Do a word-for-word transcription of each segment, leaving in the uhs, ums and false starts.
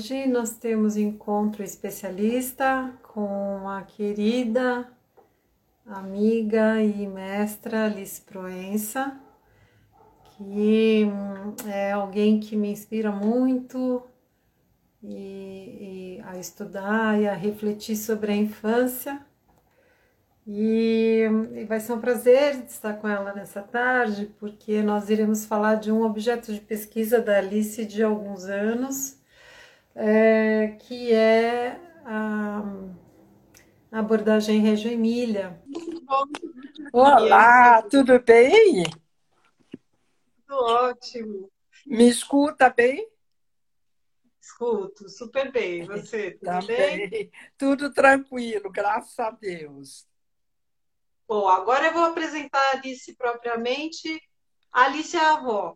Hoje nós temos encontro especialista com a querida amiga e mestra Alice Proença, que é alguém que me inspira muito e, e a estudar e a refletir sobre a infância. E, e vai ser um prazer estar com ela nessa tarde, porque nós iremos falar de um objeto de pesquisa da Alice de alguns anos, é, que é a, a abordagem Reggio Emília. Muito bom dia. Olá, tudo bem? Tudo ótimo. Me escuta bem? Escuto super bem. E você, tudo bem? Também. Tudo tranquilo, graças a Deus. Bom, agora eu vou apresentar a Alice propriamente. A Alice é a avó.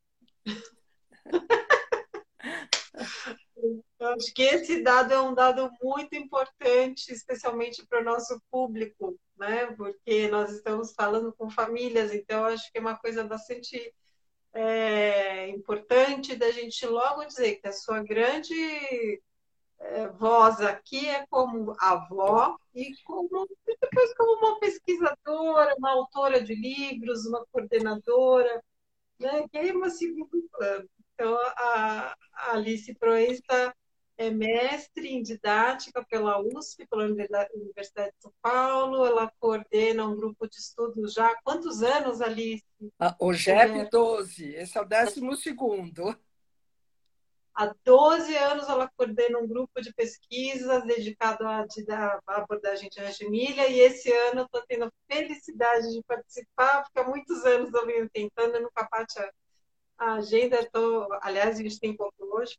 Eu acho que esse dado é um dado muito importante, especialmente para o nosso público, né? Porque nós estamos falando com famílias, então eu acho que é uma coisa bastante é, importante da gente logo dizer que a sua grande voz aqui é como avó e como, depois como uma pesquisadora, uma autora de livros, uma coordenadora, né, que é uma segundo plano. Então, a, a Alice Proença é mestre em didática pela U S P, pela Universidade de São Paulo, ela coordena um grupo de estudos já há quantos anos, Alice? Ah, o G E P doze, esse é o décimo segundo. Há doze anos ela coordena um grupo de pesquisas dedicado à, à abordagem de Reggio Emília e esse ano eu estou tendo a felicidade de participar, porque há muitos anos eu venho tentando, eu nunca bate a, a agenda, tô, aliás, a gente tem pouco hoje,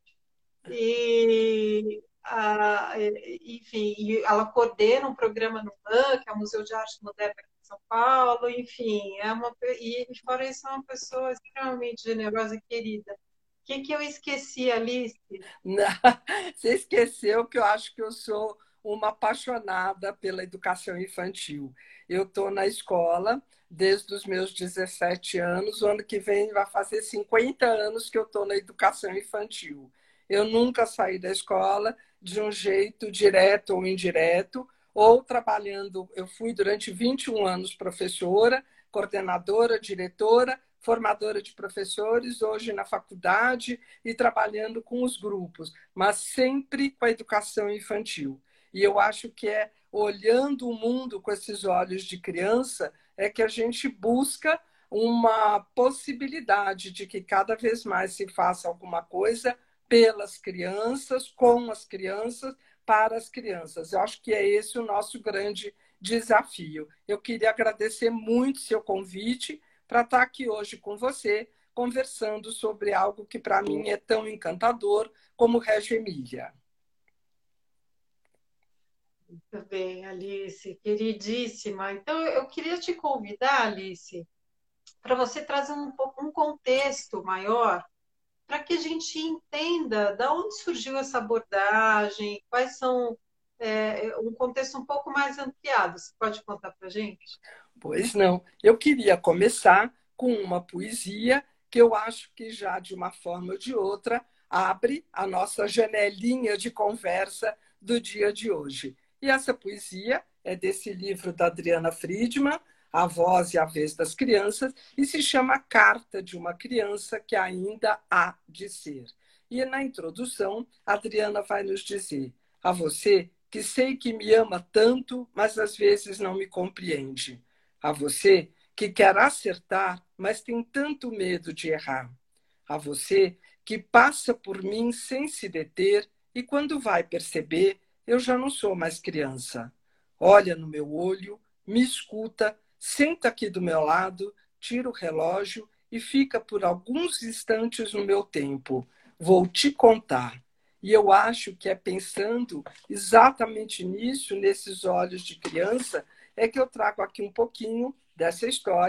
e, a, enfim, e ela coordena um programa no M A M, que é o Museu de Arte Moderna aqui de São Paulo, enfim, é uma, e fora isso é uma pessoa extremamente generosa e querida. O que, que eu esqueci, Alice? Não, você esqueceu que eu acho que eu sou uma apaixonada pela educação infantil. Eu estou na escola desde os meus dezessete anos, o ano que vem vai fazer cinquenta anos que eu estou na educação infantil. Eu nunca saí da escola de um jeito direto ou indireto, ou trabalhando. Eu fui durante vinte e um anos professora, coordenadora, diretora, formadora de professores, hoje na faculdade e trabalhando com os grupos, mas sempre com a educação infantil. E eu acho que é olhando o mundo com esses olhos de criança é que a gente busca uma possibilidade de que cada vez mais se faça alguma coisa pelas crianças, com as crianças, para as crianças. Eu acho que é esse o nosso grande desafio. Eu queria agradecer muito seu convite para estar aqui hoje com você, conversando sobre algo que para mim é tão encantador como Reggio Emília. Muito bem, Alice, queridíssima. Então, eu queria te convidar, Alice, para você trazer um, um contexto maior, para que a gente entenda de onde surgiu essa abordagem, quais são é, um contexto um pouco mais ampliado. Você pode contar para a gente? Pois não. Eu queria começar com uma poesia que eu acho que já, de uma forma ou de outra, abre a nossa janelinha de conversa do dia de hoje. E essa poesia é desse livro da Adriana Friedman, A Voz e a Vez das Crianças, e se chama Carta de uma Criança que Ainda Há de Ser. E na introdução, a Adriana vai nos dizer: a você que sei que me ama tanto, mas às vezes não me compreende. A você que quer acertar, mas tem tanto medo de errar. A você que passa por mim sem se deter e quando vai perceber, eu já não sou mais criança. Olha no meu olho, me escuta, senta aqui do meu lado, tira o relógio e fica por alguns instantes no meu tempo. Vou te contar. E eu acho que é pensando exatamente nisso, nesses olhos de criança, é que eu trago aqui um pouquinho dessa história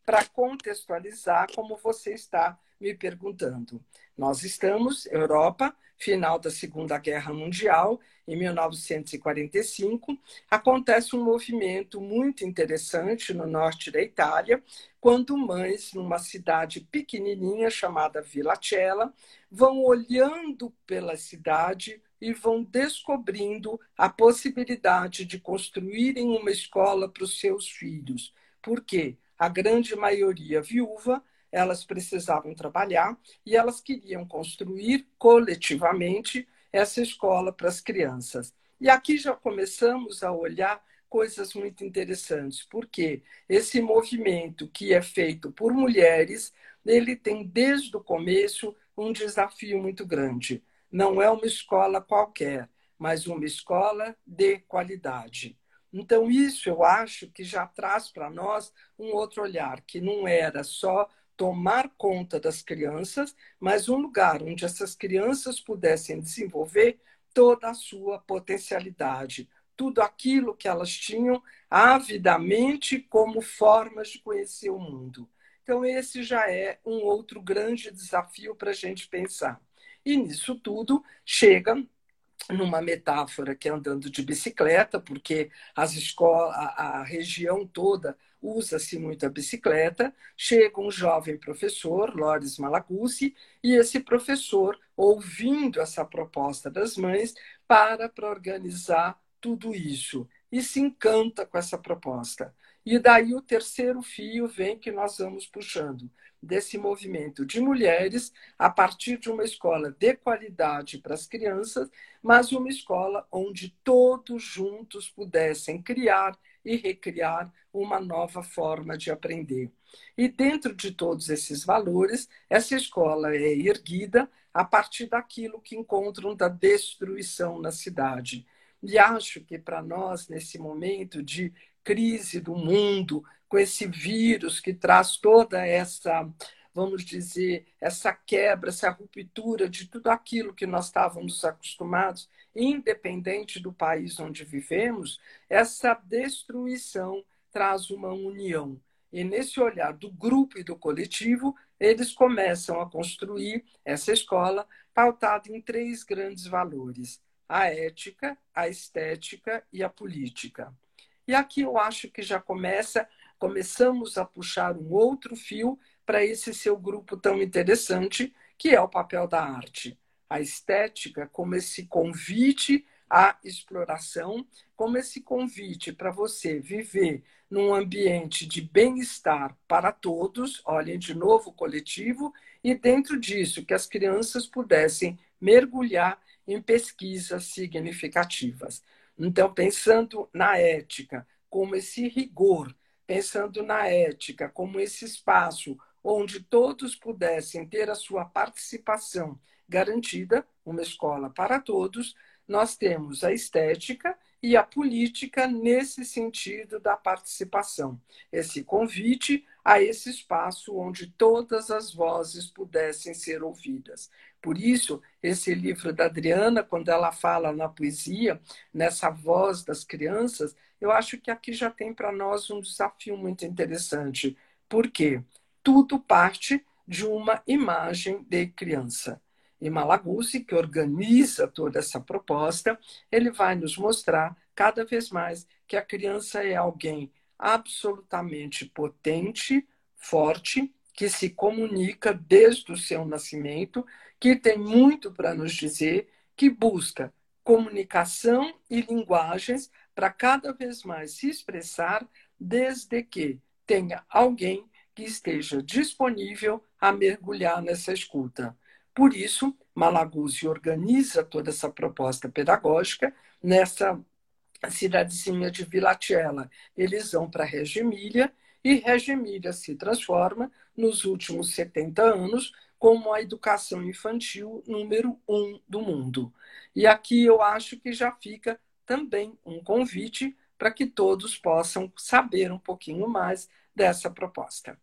para contextualizar como você está me perguntando. Nós estamos, Europa, final da Segunda Guerra Mundial, em mil novecentos e quarenta e cinco, acontece um movimento muito interessante no norte da Itália, quando mães, numa cidade pequenininha chamada Villa Cella, vão olhando pela cidade e vão descobrindo a possibilidade de construírem uma escola para os seus filhos. Por quê? A grande maioria viúva, elas precisavam trabalhar e elas queriam construir coletivamente essa escola para as crianças. E aqui já começamos a olhar coisas muito interessantes, porque esse movimento que é feito por mulheres, ele tem desde o começo um desafio muito grande. Não é uma escola qualquer, mas uma escola de qualidade. Então, isso eu acho que já traz para nós um outro olhar, que não era só tomar conta das crianças, mas um lugar onde essas crianças pudessem desenvolver toda a sua potencialidade, tudo aquilo que elas tinham avidamente como formas de conhecer o mundo. Então, esse já é um outro grande desafio para a gente pensar. E nisso tudo chega numa metáfora que é andando de bicicleta, porque as escolas, a, a região toda usa-se muito a bicicleta, chega um jovem professor, Loris Malaguzzi, e esse professor, ouvindo essa proposta das mães, para para organizar tudo isso e se encanta com essa proposta. E daí o terceiro fio vem que nós vamos puxando desse movimento de mulheres a partir de uma escola de qualidade para as crianças, mas uma escola onde todos juntos pudessem criar e recriar uma nova forma de aprender. E dentro de todos esses valores, essa escola é erguida a partir daquilo que encontram da destruição na cidade. E acho que para nós, nesse momento de crise do mundo, com esse vírus que traz toda essa, vamos dizer, essa quebra, essa ruptura de tudo aquilo que nós estávamos acostumados, independente do país onde vivemos, essa destruição traz uma união. E nesse olhar do grupo e do coletivo, eles começam a construir essa escola pautada em três grandes valores: a ética, a estética e a política. E aqui eu acho que já começa, começamos a puxar um outro fio para esse seu grupo tão interessante, que é o papel da arte. A estética como esse convite à exploração, como esse convite para você viver num ambiente de bem-estar para todos, olhem de novo o coletivo, e dentro disso que as crianças pudessem mergulhar em pesquisas significativas. Então, pensando na ética como esse rigor, pensando na ética como esse espaço onde todos pudessem ter a sua participação garantida, uma escola para todos, nós temos a estética e a política nesse sentido da participação. Esse convite a esse espaço onde todas as vozes pudessem ser ouvidas. Por isso, esse livro da Adriana, quando ela fala na poesia, nessa voz das crianças, eu acho que aqui já tem para nós um desafio muito interessante. Por quê? Tudo parte de uma imagem de criança. E Malaguzzi, que organiza toda essa proposta, ele vai nos mostrar cada vez mais que a criança é alguém absolutamente potente, forte, que se comunica desde o seu nascimento, que tem muito para nos dizer, que busca comunicação e linguagens para cada vez mais se expressar, desde que tenha alguém que esteja disponível a mergulhar nessa escuta. Por isso, Malaguzzi organiza toda essa proposta pedagógica nessa cidadezinha de Villa Cella. Eles vão para Reggio Emília e Reggio Emília se transforma, nos últimos setenta anos, como a educação infantil número um do mundo. E aqui eu acho que já fica também um convite para que todos possam saber um pouquinho mais dessa proposta.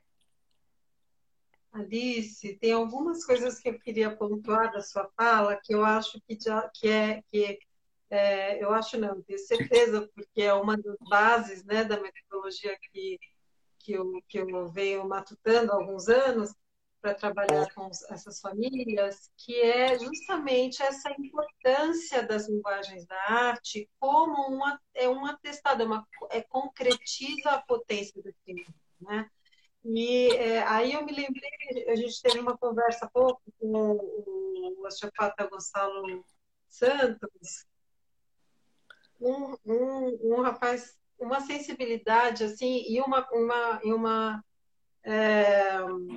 Alice, tem algumas coisas que eu queria pontuar da sua fala que eu acho que, já, que é que é, eu acho não, tenho certeza, porque é uma das bases, né, da metodologia que, que eu, que eu venho matutando há alguns anos para trabalhar com essas famílias, que é justamente essa importância das linguagens da arte como uma, é um atestado, é, uma, é concretiza a potência do criança, né? E é, aí eu me lembrei, a gente teve uma conversa há pouco com o, o osteopata Gonçalo Santos, um, um, um rapaz, uma sensibilidade assim e uma, uma, e uma é,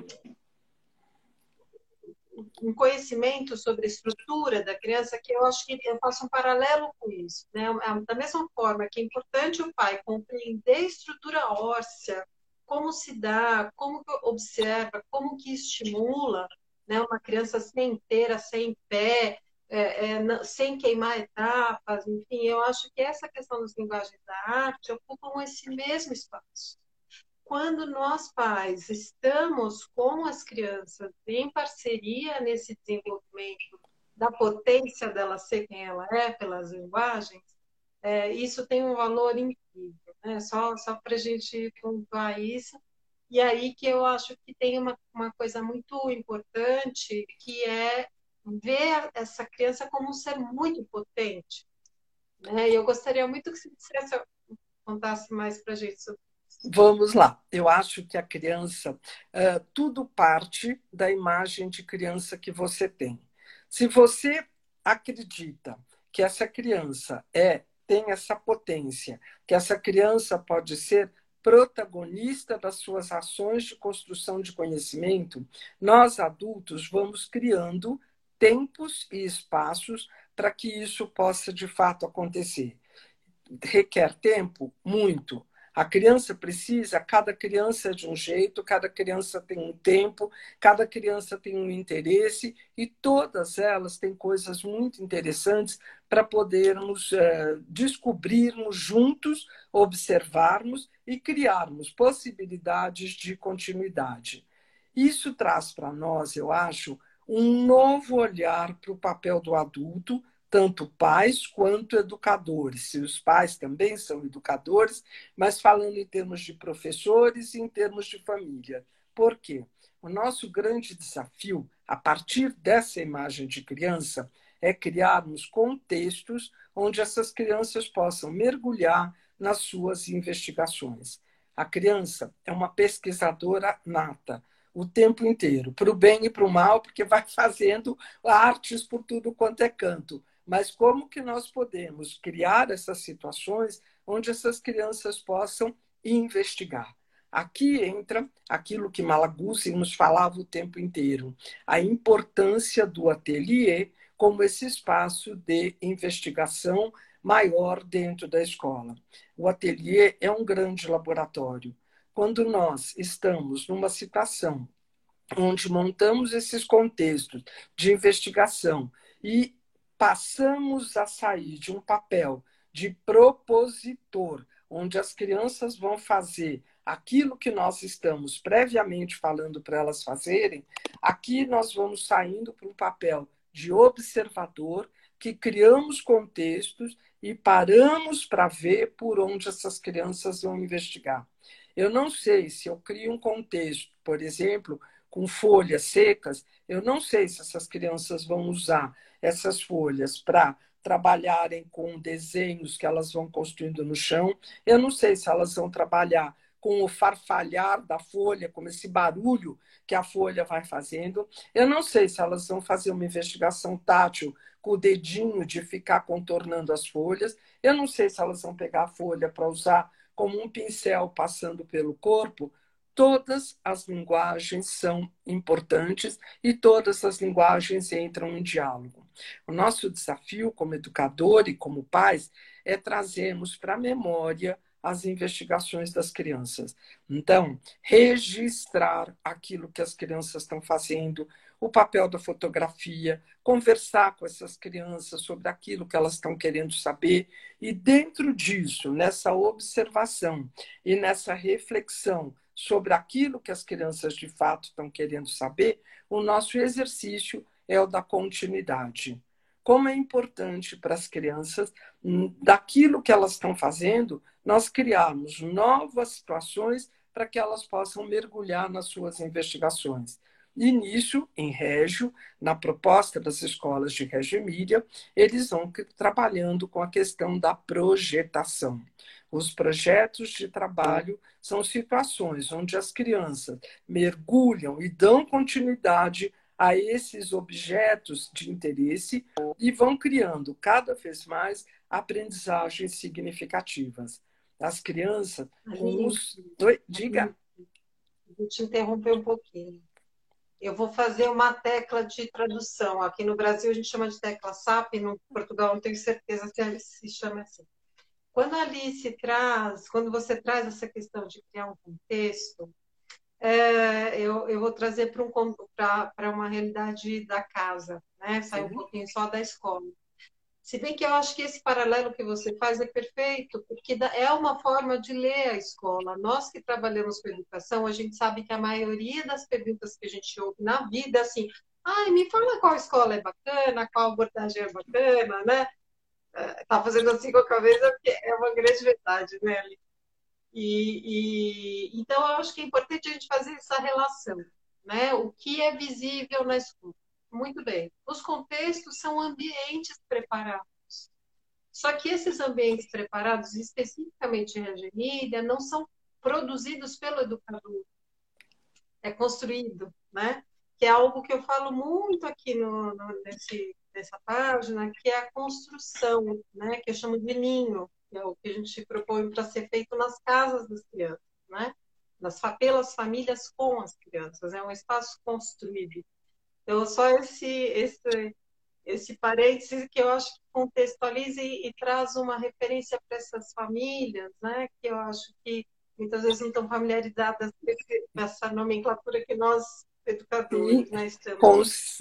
um conhecimento sobre a estrutura da criança que eu acho que eu faço um paralelo com isso, né? Da mesma forma que é importante o pai compreender a estrutura óssea, como se dá, como que observa, como que estimula, né? Uma criança sem inteira, sem pé, é, é, sem queimar etapas, enfim, eu acho que essa questão das linguagens da arte ocupam esse mesmo espaço. Quando nós, pais, estamos com as crianças em parceria nesse desenvolvimento da potência dela ser quem ela é pelas linguagens, é, isso tem um valor incrível, né? Só, só para a gente pontuar isso. E aí que eu acho que tem uma, uma coisa muito importante, que é ver essa criança como um ser muito potente. Né? E eu gostaria muito que você dissesse, contasse mais para a gente sobre isso. Vamos lá. Eu acho que a criança, uh, tudo parte da imagem de criança que você tem. Se você acredita que essa criança é, tem essa potência, que essa criança pode ser protagonista das suas ações de construção de conhecimento, nós adultos vamos criando tempos e espaços para que isso possa de fato acontecer. Requer tempo? Muito. A criança precisa, cada criança é de um jeito, cada criança tem um tempo, cada criança tem um interesse e todas elas têm coisas muito interessantes para podermos é, descobrirmos juntos, observarmos e criarmos possibilidades de continuidade. Isso traz para nós, eu acho, um novo olhar para o papel do adulto, tanto pais quanto educadores. Se os pais também são educadores, mas falando em termos de professores e em termos de família. Por quê? O nosso grande desafio, a partir dessa imagem de criança, é criarmos contextos onde essas crianças possam mergulhar nas suas investigações. A criança é uma pesquisadora nata, o tempo inteiro, para o bem e para o mal, porque vai fazendo artes por tudo quanto é canto. Mas como que nós podemos criar essas situações onde essas crianças possam investigar? Aqui entra aquilo que Malaguzzi nos falava o tempo inteiro, a importância do ateliê como esse espaço de investigação maior dentro da escola. O ateliê é um grande laboratório. Quando nós estamos numa situação onde montamos esses contextos de investigação e passamos a sair de um papel de propositor, onde as crianças vão fazer aquilo que nós estamos previamente falando para elas fazerem, aqui nós vamos saindo para um papel de observador, que criamos contextos e paramos para ver por onde essas crianças vão investigar. Eu não sei se eu crio um contexto, por exemplo, com folhas secas, eu não sei se essas crianças vão usar essas folhas para trabalharem com desenhos que elas vão construindo no chão, eu não sei se elas vão trabalhar com o farfalhar da folha, como esse barulho que a folha vai fazendo, eu não sei se elas vão fazer uma investigação tátil com o dedinho de ficar contornando as folhas, eu não sei se elas vão pegar a folha para usar como um pincel passando pelo corpo. Todas as linguagens são importantes e todas as linguagens entram em diálogo. O nosso desafio como educador e como pais é trazermos para a memória as investigações das crianças. Então, registrar aquilo que as crianças estão fazendo, o papel da fotografia, conversar com essas crianças sobre aquilo que elas estão querendo saber e dentro disso, nessa observação e nessa reflexão sobre aquilo que as crianças de fato estão querendo saber, o nosso exercício é o da continuidade. Como é importante para as crianças, daquilo que elas estão fazendo, nós criarmos novas situações para que elas possam mergulhar nas suas investigações. E nisso, em Régio, na proposta das escolas de Reggio Emília, eles vão trabalhando com a questão da projetação. Os projetos de trabalho são situações onde as crianças mergulham e dão continuidade a esses objetos de interesse e vão criando cada vez mais aprendizagens significativas. As crianças com os... Oi, diga. Vou te interromper um pouquinho. Eu vou fazer uma tecla de tradução. Aqui no Brasil a gente chama de tecla S A P, no Portugal não tenho certeza se se chama assim. Quando a Alice traz, quando você traz essa questão de criar um contexto, é, eu, eu vou trazer para um, para uma realidade da casa, né? Sair um pouquinho só da escola. Se bem que eu acho que esse paralelo que você faz é perfeito, porque é uma forma de ler a escola. Nós que trabalhamos com educação, a gente sabe que a maioria das perguntas que a gente ouve na vida, assim, ai, me fala qual escola é bacana, qual abordagem é bacana, né? Tá fazendo assim com a cabeça, porque é uma grande verdade, né, Ali? E, e, então, eu acho que é importante a gente fazer essa relação, né? O que é visível na escola. Muito bem. Os contextos são ambientes preparados. Só que esses ambientes preparados, especificamente em Reggio Emília, não são produzidos pelo educador. É construído, né? Que é algo que eu falo muito aqui no, no, nesse, nessa página, que é a construção, né? Que eu chamo de ninho, que é o que a gente propõe para ser feito nas casas das crianças, né? Nas, pelas famílias com as crianças. É um espaço construído. Então, só esse, esse, esse parênteses que eu acho que contextualiza e, e traz uma referência para essas famílias, né? Que eu acho que muitas vezes não estão familiarizadas com essa nomenclatura que nós, educadores, né, estamos. Com,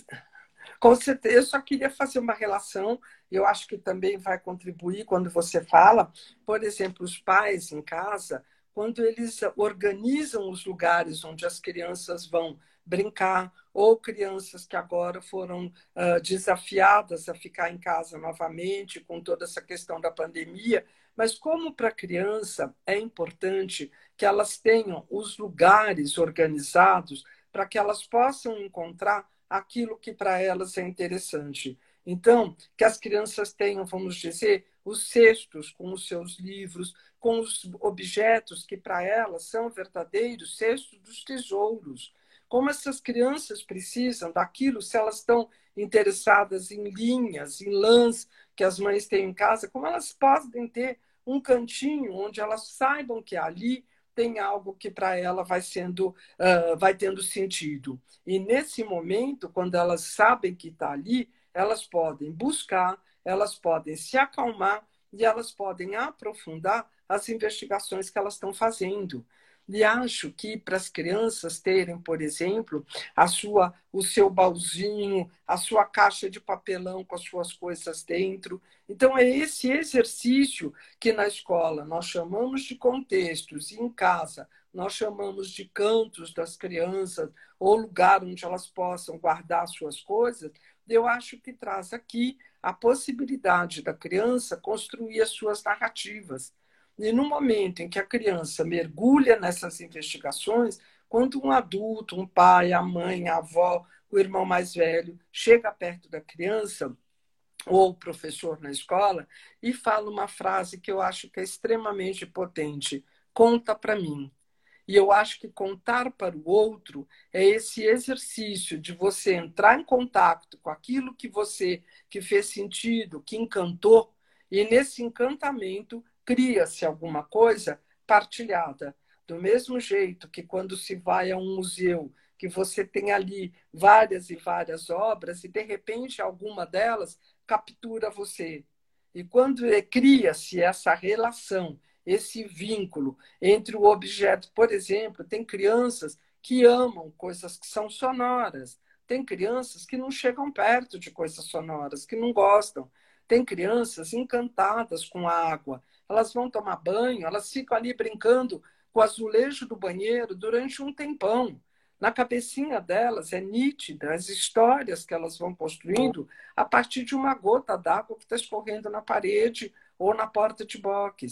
com certeza, eu só queria fazer uma relação, eu acho que também vai contribuir quando você fala, por exemplo, os pais em casa, quando eles organizam os lugares onde as crianças vão brincar, ou crianças que agora foram uh, desafiadas a ficar em casa novamente com toda essa questão da pandemia, mas como para a criança é importante que elas tenham os lugares organizados para que elas possam encontrar aquilo que para elas é interessante. Então, que as crianças tenham, vamos dizer, os cestos com os seus livros, com os objetos que para elas são verdadeiros cestos dos tesouros. Como essas crianças precisam daquilo, se elas estão interessadas em linhas, em lãs que as mães têm em casa, como elas podem ter um cantinho onde elas saibam que ali tem algo que para ela vai sendo, uh, vai tendo sentido. E nesse momento, quando elas sabem que está ali, elas podem buscar, elas podem se acalmar e elas podem aprofundar as investigações que elas estão fazendo. E acho que para as crianças terem, por exemplo, a sua, o seu baúzinho, a sua caixa de papelão com as suas coisas dentro. Então, é esse exercício que na escola nós chamamos de contextos, e em casa nós chamamos de cantos das crianças, ou lugar onde elas possam guardar suas coisas. Eu acho que traz aqui a possibilidade da criança construir as suas narrativas. E no momento em que a criança mergulha nessas investigações, quando um adulto, um pai, a mãe, a avó, o irmão mais velho, chega perto da criança, ou o professor na escola, e fala uma frase que eu acho que é extremamente potente: conta para mim. E eu acho que contar para o outro é esse exercício de você entrar em contato com aquilo que você, que fez sentido, que encantou, e nesse encantamento cria-se alguma coisa partilhada. Do mesmo jeito que quando se vai a um museu, que você tem ali várias e várias obras e, de repente, alguma delas captura você. E quando cria-se essa relação, esse vínculo entre o objeto, por exemplo, tem crianças que amam coisas que são sonoras, tem crianças que não chegam perto de coisas sonoras, que não gostam, tem crianças encantadas com a água, elas vão tomar banho, elas ficam ali brincando com o azulejo do banheiro durante um tempão. Na cabecinha delas é nítida as histórias que elas vão construindo a partir de uma gota d'água que está escorrendo na parede ou na porta de box.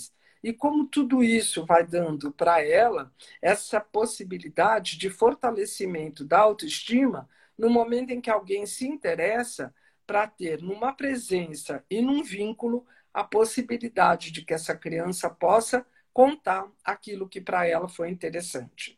e como tudo isso vai dando para ela essa possibilidade de fortalecimento da autoestima no momento em que alguém se interessa para ter numa presença e num vínculo a possibilidade de que essa criança possa contar aquilo que para ela foi interessante.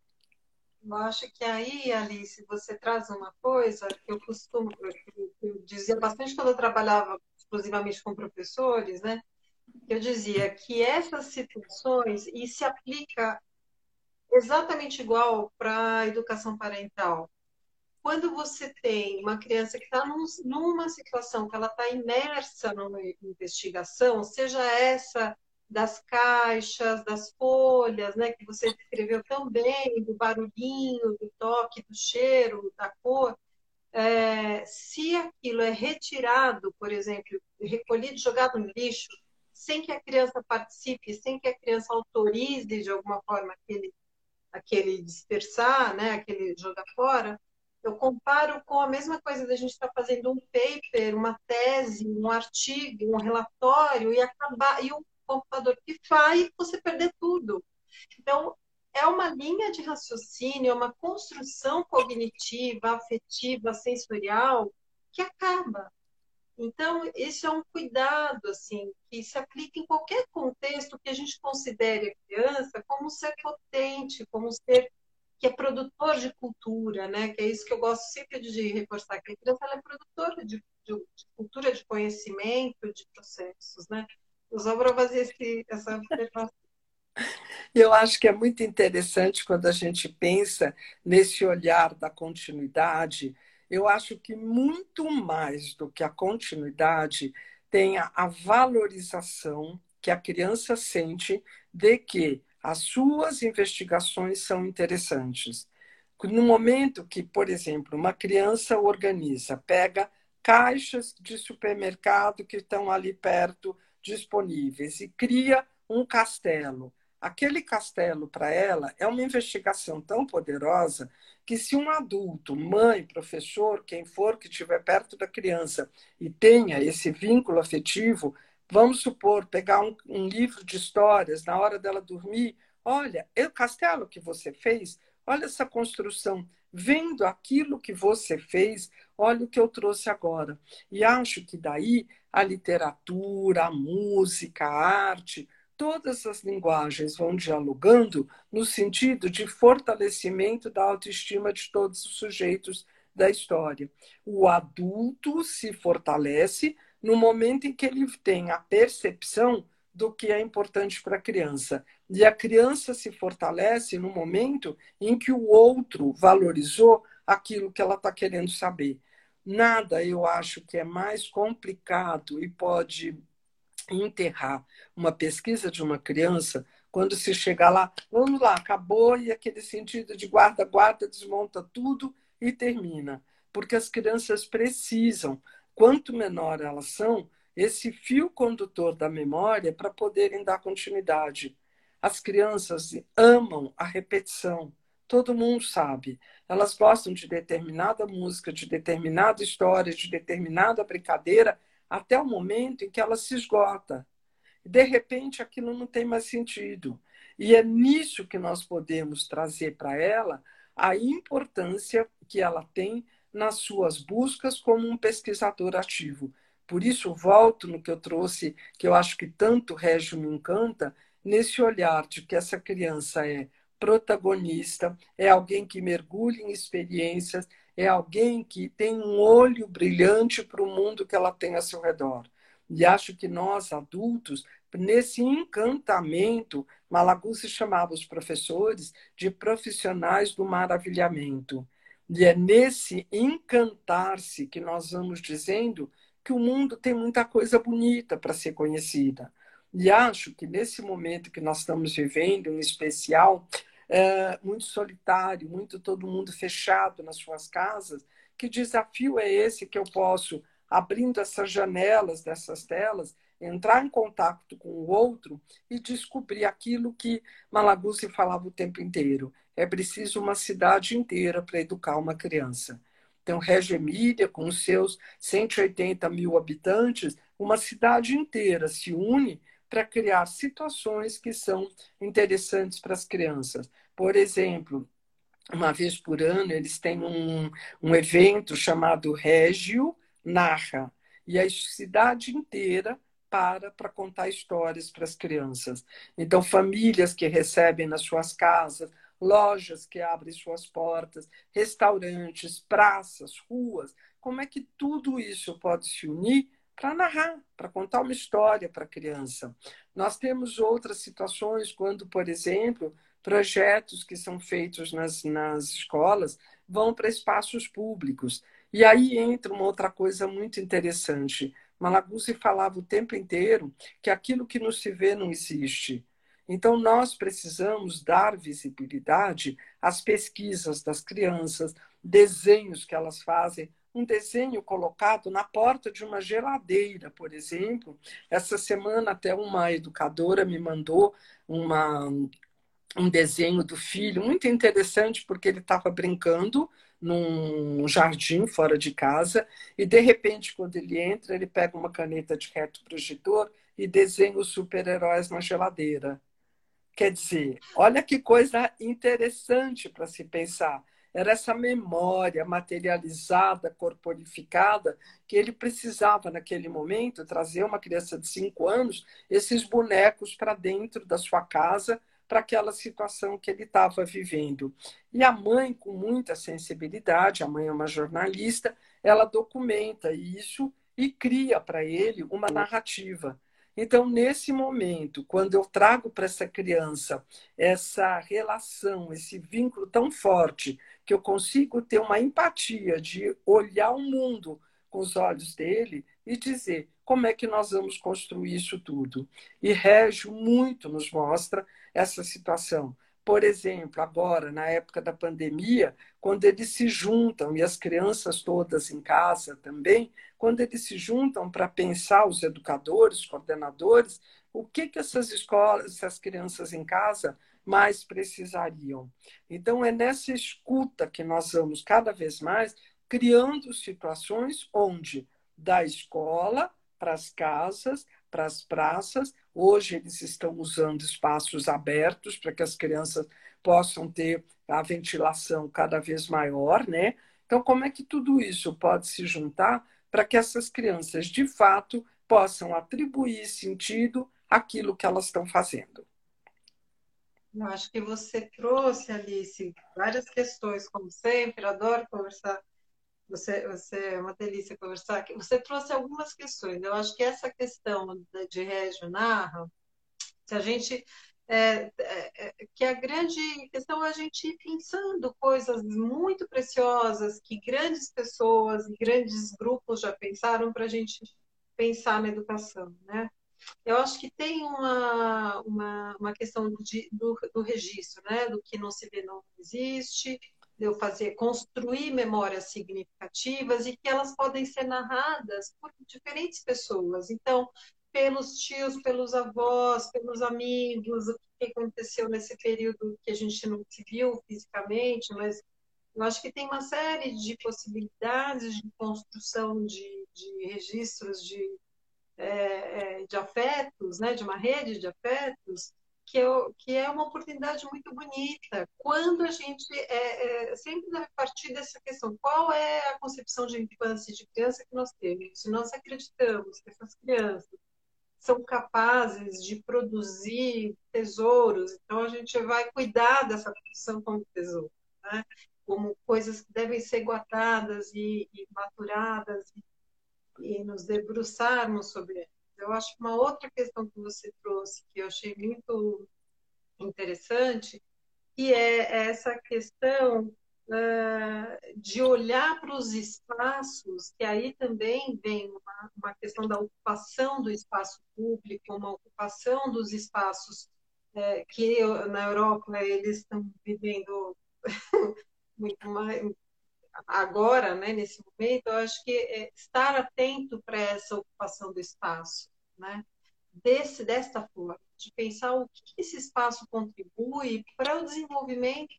Eu acho que aí, Alice, você traz uma coisa que eu costumo, eu, eu dizia bastante quando eu trabalhava exclusivamente com professores, né? Eu dizia que essas situações, e se aplica exatamente igual para a educação parental. Quando você tem uma criança que está num, numa situação que ela está imersa numa investigação, seja essa das caixas, das folhas, né, que você descreveu tão bem, do barulhinho, do toque, do cheiro, da cor, é, se aquilo é retirado, por exemplo, recolhido, jogado no lixo, sem que a criança participe, sem que a criança autorize de alguma forma aquele, aquele dispersar, né, aquele jogar fora, eu comparo com a mesma coisa da gente estar fazendo um paper, uma tese, um artigo, um relatório e acabar e o computador que faz você perder tudo. Então, é uma linha de raciocínio, é uma construção cognitiva, afetiva, sensorial que acaba. Então, isso é um cuidado assim que se aplica em qualquer contexto que a gente considere a criança como um ser potente, como um ser que é produtor de cultura, né? Que é isso que eu gosto sempre de reforçar, que a criança ela é produtora de, de, de cultura, de conhecimento, de processos, né? Usar para fazer esse, essa observação. Eu acho que é muito interessante quando a gente pensa nesse olhar da continuidade. Eu acho que muito mais do que a continuidade tem a, a valorização que a criança sente de que as suas investigações são interessantes. No momento que, por exemplo, uma criança organiza, pega caixas de supermercado que estão ali perto disponíveis e cria um castelo. Aquele castelo, para ela, é uma investigação tão poderosa que, se um adulto, mãe, professor, quem for que estiver perto da criança e tenha esse vínculo afetivo, vamos supor, pegar um, um livro de histórias na hora dela dormir, olha, é o castelo que você fez, olha essa construção, vendo aquilo que você fez, olha o que eu trouxe agora. E acho que daí a literatura, a música, a arte, todas as linguagens vão dialogando no sentido de fortalecimento da autoestima de todos os sujeitos da história. O adulto se fortalece no momento em que ele tem a percepção do que é importante para a criança. E a criança se fortalece no momento em que o outro valorizou aquilo que ela está querendo saber. Nada, eu acho que é mais complicado e pode enterrar uma pesquisa de uma criança quando se chegar lá, vamos lá, acabou, e aquele sentido de guarda-guarda desmonta tudo e termina. Porque as crianças precisam, quanto menor elas são, esse fio condutor da memória para poderem dar continuidade. As crianças amam a repetição, todo mundo sabe. Elas gostam de determinada música, de determinada história, de determinada brincadeira, até o momento em que ela se esgota. De repente, aquilo não tem mais sentido. E é nisso que nós podemos trazer para ela a importância que ela tem nas suas buscas como um pesquisador ativo. Por isso, volto no que eu trouxe, que eu acho que tanto Régio me encanta, nesse olhar de que essa criança é protagonista, é alguém que mergulha em experiências, é alguém que tem um olho brilhante para o mundo que ela tem ao seu redor. E acho que nós, adultos, nesse encantamento, Malaguzzi chamava os professores de profissionais do maravilhamento. E é nesse encantar-se que nós vamos dizendo que o mundo tem muita coisa bonita para ser conhecida. E acho que nesse momento que nós estamos vivendo, em especial, é, muito solitário, muito todo mundo fechado nas suas casas, que desafio é esse que eu posso, abrindo essas janelas dessas telas, entrar em contato com o outro e descobrir aquilo que Malaguzzi falava o tempo inteiro. É preciso uma cidade inteira para educar uma criança. Então, Reggio Emília, com os seus cento e oitenta mil habitantes, uma cidade inteira se une para criar situações que são interessantes para as crianças. Por exemplo, uma vez por ano, eles têm um, um evento chamado Régio Narra, e a cidade inteira para para contar histórias para as crianças. Então, famílias que recebem nas suas casas, lojas que abrem suas portas, restaurantes, praças, ruas, como é que tudo isso pode se unir para narrar, para contar uma história para a criança? Nós temos outras situações, quando, por exemplo, projetos que são feitos nas, nas escolas vão para espaços públicos. E aí entra uma outra coisa muito interessante. Malaguzzi falava o tempo inteiro que aquilo que não se vê não existe. Então, nós precisamos dar visibilidade às pesquisas das crianças, desenhos que elas fazem. Um desenho colocado na porta de uma geladeira, por exemplo. Essa semana, até uma educadora me mandou uma, um desenho do filho, muito interessante, porque ele estava brincando num jardim fora de casa e, de repente, quando ele entra, ele pega uma caneta de reto projetor e desenha os super-heróis na geladeira. Quer dizer, olha que coisa interessante para se pensar. Era essa memória materializada, corporificada, que ele precisava, naquele momento, trazer uma criança de cinco anos, esses bonecos para dentro da sua casa, para aquela situação que ele estava vivendo. E a mãe, com muita sensibilidade, a mãe é uma jornalista, ela documenta isso e cria para ele uma narrativa. Então, nesse momento, quando eu trago para essa criança essa relação, esse vínculo tão forte, que eu consigo ter uma empatia de olhar o mundo com os olhos dele e dizer como é que nós vamos construir isso tudo. E Régio muito nos mostra essa situação. Por exemplo, agora, na época da pandemia, quando eles se juntam, e as crianças todas em casa também, quando eles se juntam para pensar, os educadores, coordenadores, o que, que essas escolas, essas crianças em casa mais precisariam. Então, é nessa escuta que nós vamos cada vez mais criando situações onde, da escola para as casas, para as praças, hoje eles estão usando espaços abertos para que as crianças possam ter a ventilação cada vez maior, né? Então, como é que tudo isso pode se juntar para que essas crianças, de fato, possam atribuir sentido àquilo que elas estão fazendo? Eu acho que você trouxe, Alice, várias questões, como sempre, adoro conversar. Você, você é uma delícia conversar. Você trouxe algumas questões. Eu acho que essa questão de Régio Narra, se a gente é, é, que a grande questão é a gente ir pensando coisas muito preciosas que grandes pessoas e grandes grupos já pensaram para a gente pensar na educação, né? Eu acho que tem uma, uma, uma questão do, do, do registro, né? Do que não se vê não existe, de eu fazer, construir memórias significativas e que elas podem ser narradas por diferentes pessoas. Então, pelos tios, pelos avós, pelos amigos, o que aconteceu nesse período que a gente não se viu fisicamente, mas eu acho que tem uma série de possibilidades de construção de, de registros de, é, de afetos, né, de uma rede de afetos, que, eu, que é uma oportunidade muito bonita, quando a gente é, é, sempre deve partir dessa questão, qual é a concepção de infância e de criança que nós temos? Se nós acreditamos que essas crianças são capazes de produzir tesouros, então a gente vai cuidar dessa produção como tesouro, né? Como coisas que devem ser guardadas e, e maturadas e, e nos debruçarmos sobre elas. Eu acho que uma outra questão que você trouxe, que eu achei muito interessante, que é essa questão uh, de olhar para os espaços, que aí também vem uma, uma questão da ocupação do espaço público, uma ocupação dos espaços uh, que na Europa eles estão vivendo muito mais agora, né, nesse momento. Eu acho que é estar atento para essa ocupação do espaço, né? Desse, desta forma, de pensar o que esse espaço contribui para o desenvolvimento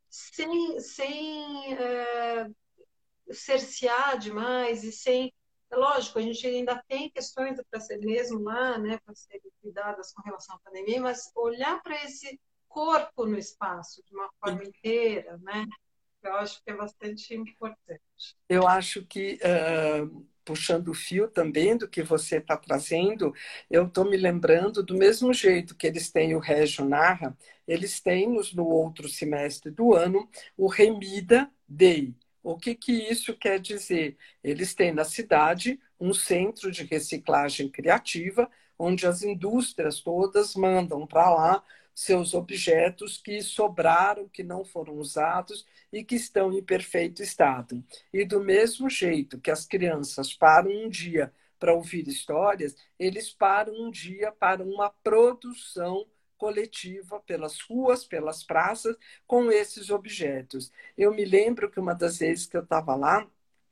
sem, sem é, cercear demais e sem É lógico, a gente ainda tem questões para ser mesmo lá, né, para serem cuidadas com relação à pandemia, mas olhar para esse corpo no espaço de uma forma inteira, né, eu acho que é bastante importante. Eu acho que, uh, puxando o fio também do que você está trazendo, eu estou me lembrando do mesmo jeito que eles têm o Régio Narra, eles têm nos, no outro semestre do ano o Remida Day. O que, que isso quer dizer? Eles têm na cidade um centro de reciclagem criativa, onde as indústrias todas mandam para lá seus objetos que sobraram, que não foram usados e que estão em perfeito estado. E do mesmo jeito que as crianças param um dia para ouvir histórias, eles param um dia para uma produção coletiva pelas ruas, pelas praças, com esses objetos. Eu me lembro que uma das vezes que eu estava lá,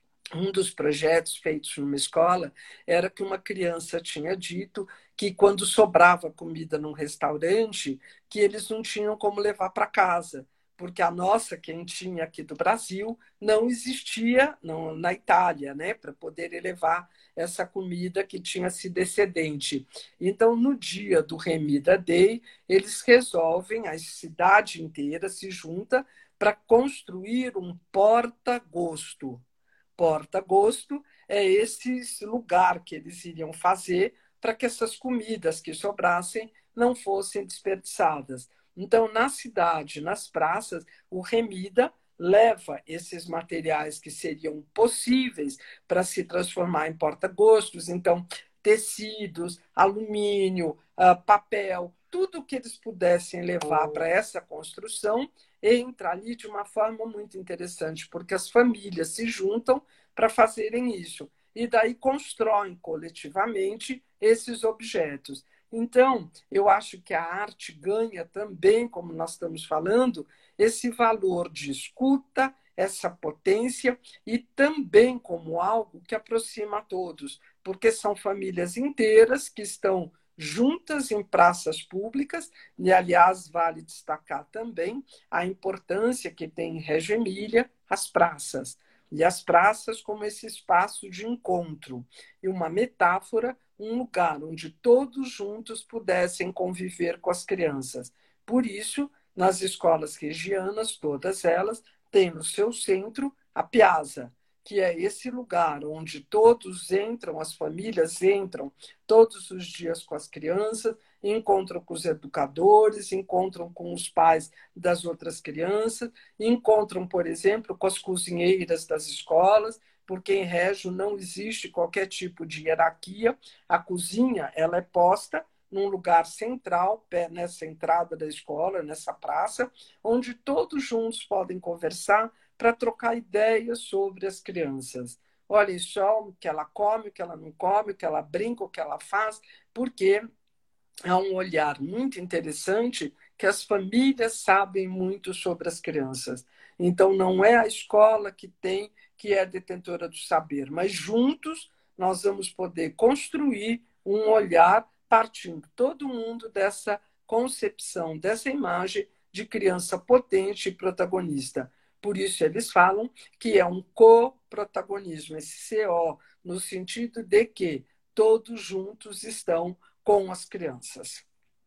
um dos projetos feitos numa escola era que uma criança tinha dito que quando sobrava comida num restaurante, que eles não tinham como levar para casa, porque a nossa quentinha aqui do Brasil não existia não, na Itália, né, para poder levar essa comida que tinha sido excedente. Então, no dia do Remida Day, eles resolvem, a cidade inteira se junta para construir um porta-gosto. Porta-gosto é esse lugar que eles iriam fazer para que essas comidas que sobrassem não fossem desperdiçadas. Então, na cidade, nas praças, o Remida leva esses materiais que seriam possíveis para se transformar em porta-gostos, então, tecidos, alumínio, papel, tudo que eles pudessem levar para essa construção entra ali de uma forma muito interessante, porque as famílias se juntam para fazerem isso e daí constroem coletivamente esses objetos. Então, eu acho que a arte ganha também, como nós estamos falando, esse valor de escuta, essa potência e também como algo que aproxima a todos, porque são famílias inteiras que estão juntas em praças públicas, e, aliás, vale destacar também a importância que tem em Reggio Emília as praças, e as praças como esse espaço de encontro, e uma metáfora, um lugar onde todos juntos pudessem conviver com as crianças. Por isso, nas escolas regianas, todas elas têm no seu centro a piazza, que é esse lugar onde todos entram, as famílias entram todos os dias com as crianças, encontram com os educadores, encontram com os pais das outras crianças, encontram, por exemplo, com as cozinheiras das escolas, porque em Reggio não existe qualquer tipo de hierarquia. A cozinha ela é posta num lugar central, nessa entrada da escola, nessa praça, onde todos juntos podem conversar para trocar ideias sobre as crianças. Olhem só o que ela come, o que ela não come, o que ela brinca, o que ela faz, porque há um olhar muito interessante que as famílias sabem muito sobre as crianças. Então, não é a escola que tem, que é detentora do saber, mas juntos nós vamos poder construir um olhar partindo todo mundo dessa concepção, dessa imagem de criança potente e protagonista. Por isso, eles falam que é um coprotagonismo, esse C O, no sentido de que todos juntos estão com as crianças.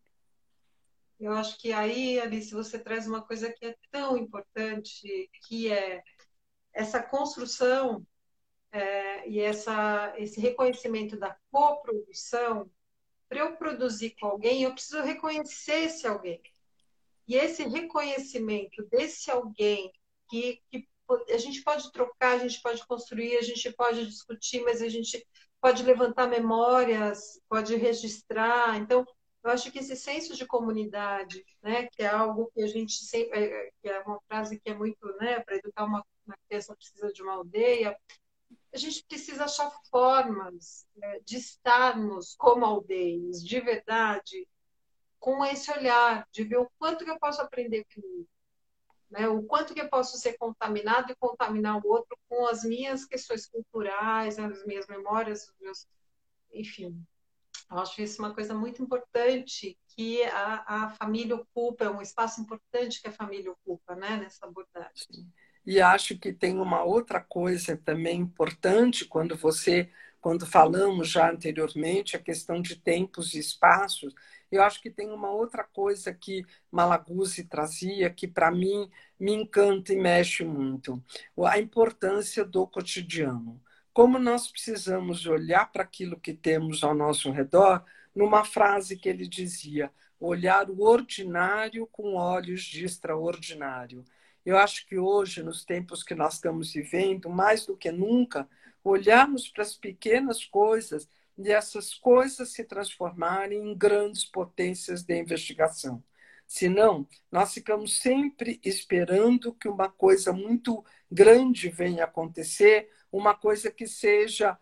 Eu acho que aí, Alice, você traz uma coisa que é tão importante, que é essa construção é, e essa, esse reconhecimento da coprodução. Para eu produzir com alguém, eu preciso reconhecer esse alguém. E esse reconhecimento desse alguém, que, que a gente pode trocar, a gente pode construir, a gente pode discutir, mas a gente pode levantar memórias, pode registrar. Então, eu acho que esse senso de comunidade, né, que é algo que a gente sempre, que é uma frase que é muito, né, para educar uma, uma criança precisa de uma aldeia, a gente precisa achar formas né, de estarmos como aldeias, de verdade, com esse olhar, de ver o quanto que eu posso aprender comigo, né? O quanto que eu posso ser contaminado e contaminar o outro com as minhas questões culturais, as minhas memórias, os meus... enfim. Eu acho isso uma coisa muito importante que a, a família ocupa, é um espaço importante que a família ocupa, né, nessa abordagem. E acho que tem uma outra coisa também importante quando você quando falamos já anteriormente, a questão de tempos e espaços, eu acho que tem uma outra coisa que Malaguzzi trazia, que para mim me encanta e mexe muito, a importância do cotidiano. Como nós precisamos olhar para aquilo que temos ao nosso redor, numa frase que ele dizia, olhar o ordinário com olhos de extraordinário. Eu acho que hoje, nos tempos que nós estamos vivendo, mais do que nunca, olharmos para as pequenas coisas e essas coisas se transformarem em grandes potências de investigação. Senão, nós ficamos sempre esperando que uma coisa muito grande venha acontecer, uma coisa que seja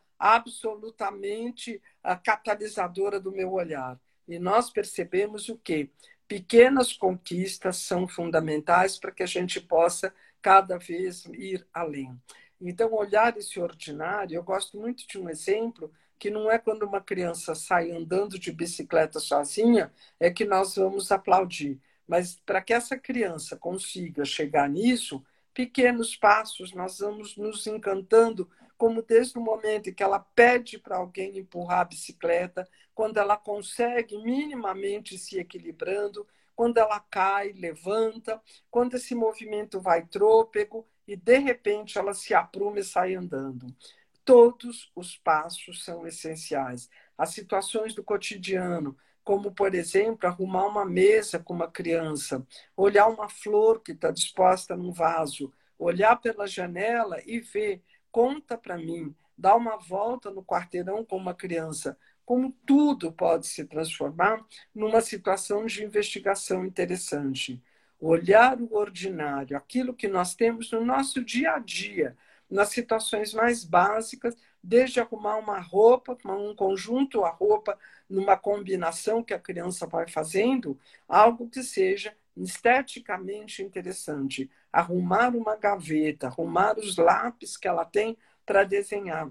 absolutamente a catalisadora do meu olhar. E nós percebemos o quê? Pequenas conquistas são fundamentais para que a gente possa cada vez ir além. Então, olhar esse ordinário, eu gosto muito de um exemplo que não é quando uma criança sai andando de bicicleta sozinha, é que nós vamos aplaudir. Mas para que essa criança consiga chegar nisso, pequenos passos, nós vamos nos encantando, como desde o momento em que ela pede para alguém empurrar a bicicleta, quando ela consegue minimamente se equilibrando, quando ela cai, levanta, quando esse movimento vai trôpego e, de repente, ela se apruma e sai andando. Todos os passos são essenciais. As situações do cotidiano, como, por exemplo, arrumar uma mesa com uma criança, olhar uma flor que está disposta num vaso, olhar pela janela e ver, conta para mim, dar uma volta no quarteirão com uma criança, como tudo pode se transformar numa situação de investigação interessante. Olhar o ordinário, aquilo que nós temos no nosso dia a dia, nas situações mais básicas, desde arrumar uma roupa, um conjunto, a roupa, numa combinação que a criança vai fazendo, algo que seja esteticamente interessante. Arrumar uma gaveta, arrumar os lápis que ela tem para desenhar.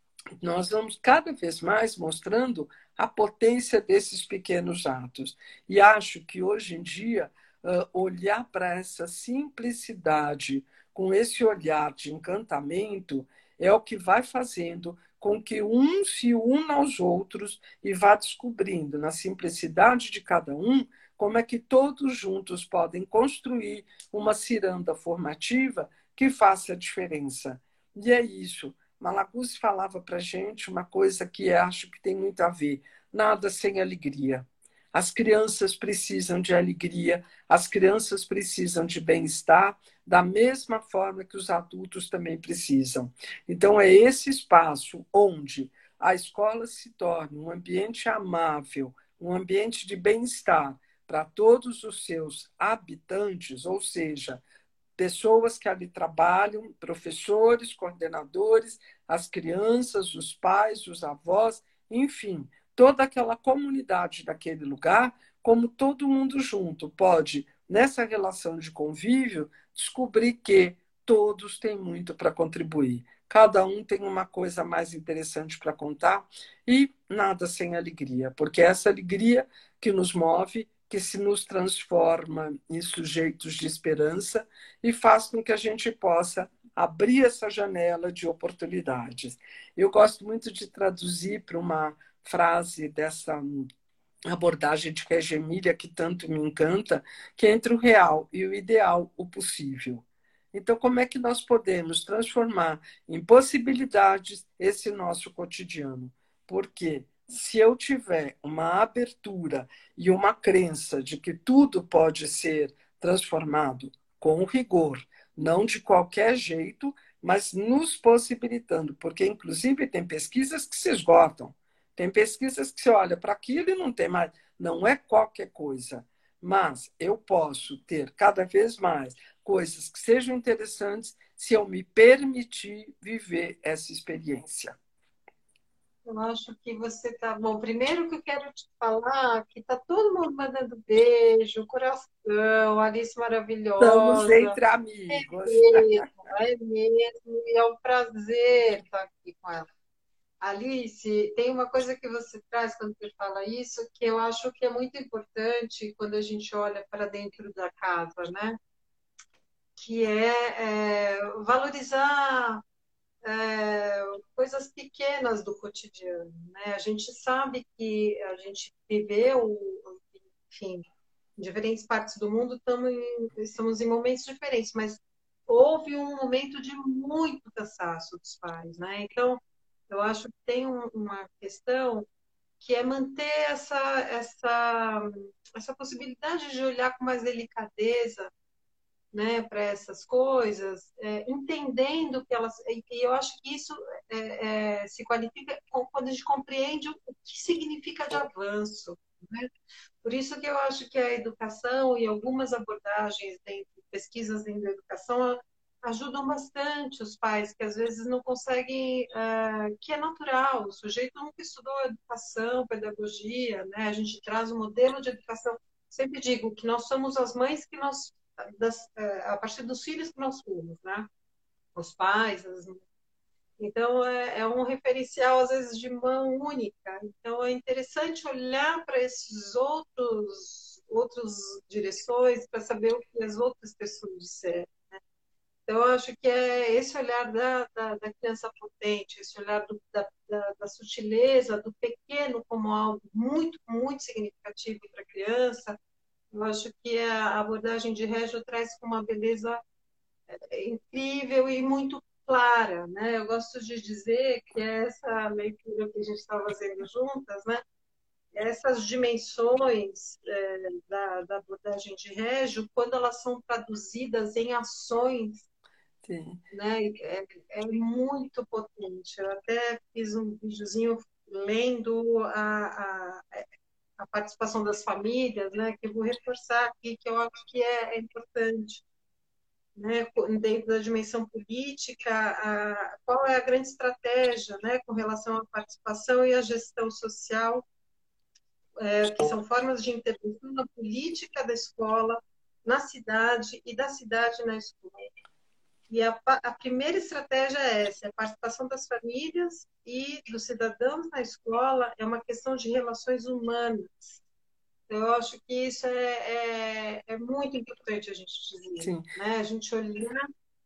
Nós vamos cada vez mais mostrando a potência desses pequenos atos. E acho que hoje em dia, olhar para essa simplicidade, com esse olhar de encantamento, é o que vai fazendo com que um se una aos outros e vá descobrindo, na simplicidade de cada um, como é que todos juntos podem construir uma ciranda formativa que faça a diferença. E é isso. Malaguzzi falava para a gente uma coisa que acho que tem muito a ver. Nada sem alegria. As crianças precisam de alegria, as crianças precisam de bem-estar, da mesma forma que os adultos também precisam. Então, é esse espaço onde a escola se torna um ambiente amável, um ambiente de bem-estar para todos os seus habitantes, ou seja, pessoas que ali trabalham, professores, coordenadores, as crianças, os pais, os avós, enfim, toda aquela comunidade daquele lugar, como todo mundo junto pode, nessa relação de convívio, descobrir que todos têm muito para contribuir. Cada um tem uma coisa mais interessante para contar e nada sem alegria, porque é essa alegria que nos move, que se nos transforma em sujeitos de esperança e faz com que a gente possa abrir essa janela de oportunidades. Eu gosto muito de traduzir para uma frase dessa abordagem de Reggio Emilia, que tanto me encanta, que é entre o real e o ideal, o possível. Então, como é que nós podemos transformar em possibilidades esse nosso cotidiano? Porque se eu tiver uma abertura e uma crença de que tudo pode ser transformado com rigor, não de qualquer jeito, mas nos possibilitando, porque inclusive tem pesquisas que se esgotam, tem pesquisas que você olha para aquilo e não tem mais, não é qualquer coisa, mas eu posso ter cada vez mais coisas que sejam interessantes se eu me permitir viver essa experiência. Eu acho que você está... Bom, primeiro que eu quero te falar que está todo mundo mandando beijo, coração, Alice Estamos maravilhosa. entre amigos. É mesmo, é mesmo. E é um prazer estar aqui com ela. Alice, tem uma coisa que você traz quando você fala isso, que eu acho que é muito importante quando a gente olha para dentro da casa, né? Que é, é valorizar é, coisas pequenas do cotidiano, né? A gente sabe que a gente viveu, enfim, em diferentes partes do mundo, estamos em, estamos em momentos diferentes, mas houve um momento de muito cansaço dos pais, né? Então, eu acho que tem um, uma questão que é manter essa, essa, essa possibilidade de olhar com mais delicadeza, né, para essas coisas, é, entendendo que elas. E eu acho que isso é, é, se qualifica quando a gente compreende o que significa de avanço. Né? Por isso que eu acho que a educação e algumas abordagens dentro, pesquisas dentro da educação ajudam bastante os pais que às vezes não conseguem, uh, que é natural, o sujeito nunca estudou educação, pedagogia, né? A gente traz um modelo de educação. Sempre digo que nós somos as mães que nós, das, uh, a partir dos filhos que nós fomos, né? Os pais, as então, é, é um referencial, às vezes, de mão única. Então, é interessante olhar para esses outros, outras direções para saber o que as outras pessoas disseram. Então, eu acho que é esse olhar da, da, da criança potente, esse olhar do, da, da, da sutileza, do pequeno como algo muito, muito significativo para a criança. Eu acho que a abordagem de Reggio traz com uma beleza incrível e muito clara, né? Eu gosto de dizer que essa leitura que a gente está fazendo juntas, né? Essas dimensões é, da, da abordagem de Reggio, quando elas são traduzidas em ações, Sim. né? É, é muito potente. Eu até fiz um videozinho lendo a, a, a participação das famílias, né? Que eu vou reforçar aqui, que eu acho que é, é importante. Né, dentro da dimensão política, a, qual é a grande estratégia, né, com relação à participação e à gestão social, é, que são formas de intervenção na política da escola, na cidade e da cidade na escola. E a, a primeira estratégia é essa, a participação das famílias e dos cidadãos na escola é uma questão de relações humanas. Eu acho que isso é, é, é muito importante a gente dizer, Sim. né? A gente olhar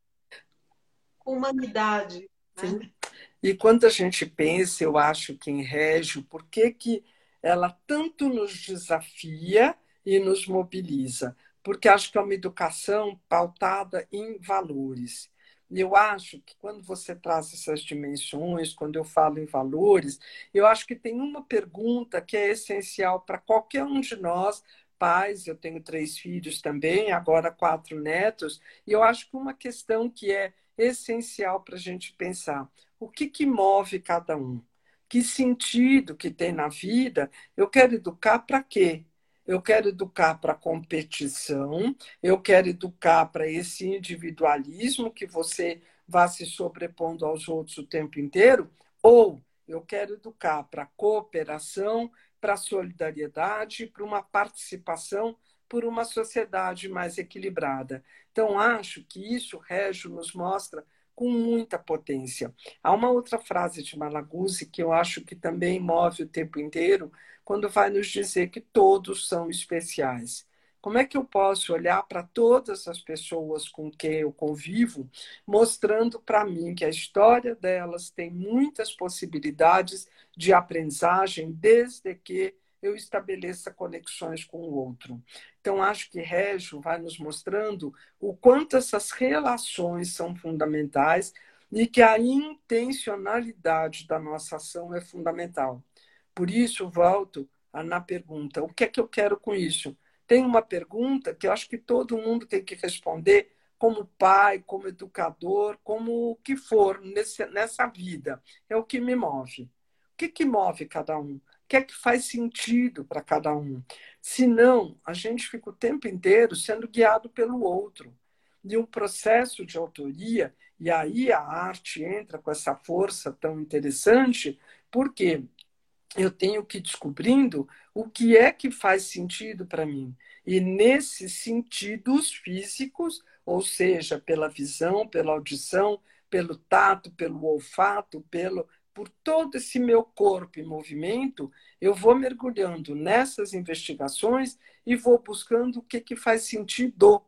com humanidade. Sim. Né? E quando a gente pensa, eu acho que em Régio, por que, que ela tanto nos desafia e nos mobiliza? Porque acho que é uma educação pautada em valores. E eu acho que quando você traz essas dimensões, quando eu falo em valores, eu acho que tem uma pergunta que é essencial para qualquer um de nós, pais, eu tenho três filhos também, agora quatro netos, e eu acho que uma questão que é essencial para a gente pensar o que, que move cada um, que sentido que tem na vida. Eu quero educar para quê? Eu quero educar para competição, eu quero educar para esse individualismo que você vá se sobrepondo aos outros o tempo inteiro, ou eu quero educar para cooperação, para solidariedade, para uma participação por uma sociedade mais equilibrada. Então, acho que isso, Régio, nos mostra com muita potência. Há uma outra frase de Malaguzzi que eu acho que também move o tempo inteiro, quando vai nos dizer que todos são especiais. Como é que eu posso olhar para todas as pessoas com quem eu convivo, mostrando para mim que a história delas tem muitas possibilidades de aprendizagem, desde que eu estabeleça conexões com o outro. Então, acho que Régio vai nos mostrando o quanto essas relações são fundamentais e que a intencionalidade da nossa ação é fundamental. Por isso, volto na pergunta, o que é que eu quero com isso? Tem uma pergunta que eu acho que todo mundo tem que responder como pai, como educador, como o que for nesse, nessa vida. É o que me move. O que, que move cada um? O que é que faz sentido para cada um? Senão, a gente fica o tempo inteiro sendo guiado pelo outro. De um processo de autoria, e aí a arte entra com essa força tão interessante, porque eu tenho que ir descobrindo o que é que faz sentido para mim. E nesses sentidos físicos, ou seja, pela visão, pela audição, pelo tato, pelo olfato, pelo por todo esse meu corpo em movimento, eu vou mergulhando nessas investigações e vou buscando o que, que faz sentido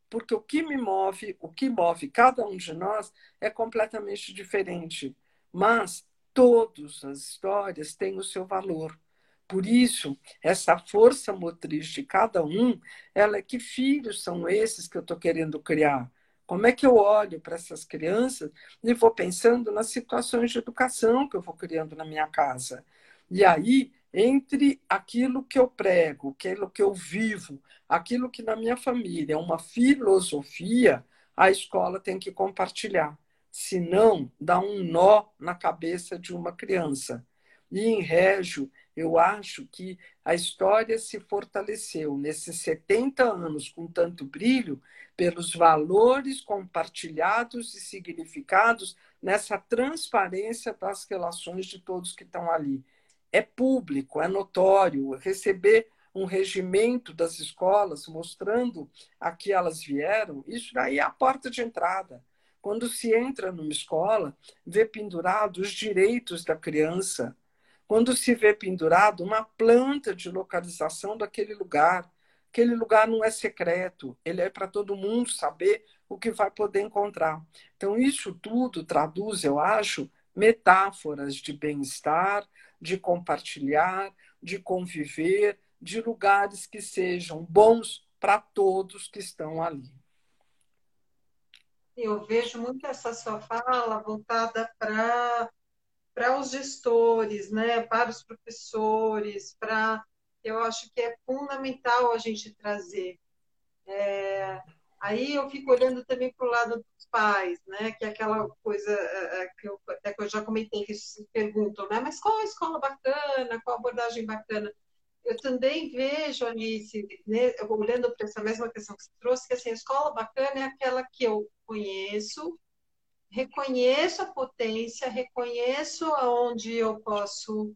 porque o que me move, o que move cada um de nós é completamente diferente. Mas todas as histórias têm o seu valor. Por isso, essa força motriz de cada um, ela é que filhos são esses que eu estou querendo criar? Como é que eu olho para essas crianças e vou pensando nas situações de educação que eu vou criando na minha casa? E aí, entre aquilo que eu prego, aquilo que eu vivo, aquilo que na minha família é uma filosofia, a escola tem que compartilhar. Senão, dá um nó na cabeça de uma criança. E em Régio, eu acho que a história se fortaleceu nesses setenta anos com tanto brilho pelos valores compartilhados e significados nessa transparência das relações de todos que estão ali. É público, é notório. Receber um regimento das escolas mostrando a que elas vieram, isso daí é a porta de entrada. Quando se entra numa escola, vê pendurado os direitos da criança. Quando se vê pendurado uma planta de localização daquele lugar, aquele lugar não é secreto, ele é para todo mundo saber o que vai poder encontrar. Então, isso tudo traduz, eu acho, metáforas de bem-estar, de compartilhar, de conviver, de lugares que sejam bons para todos que estão ali. Eu vejo muito essa sua fala voltada para para os gestores, né, para os professores, para eu acho que é fundamental a gente trazer. É, aí eu fico olhando também para o lado dos pais, né, que é aquela coisa é, que eu, até que eu já comentei, que se perguntam, né, mas qual a escola bacana, qual a abordagem bacana? Eu também vejo, Alice, né, olhando para essa mesma questão que você trouxe, que assim, a escola bacana é aquela que eu conheço, reconheço a potência, reconheço aonde eu posso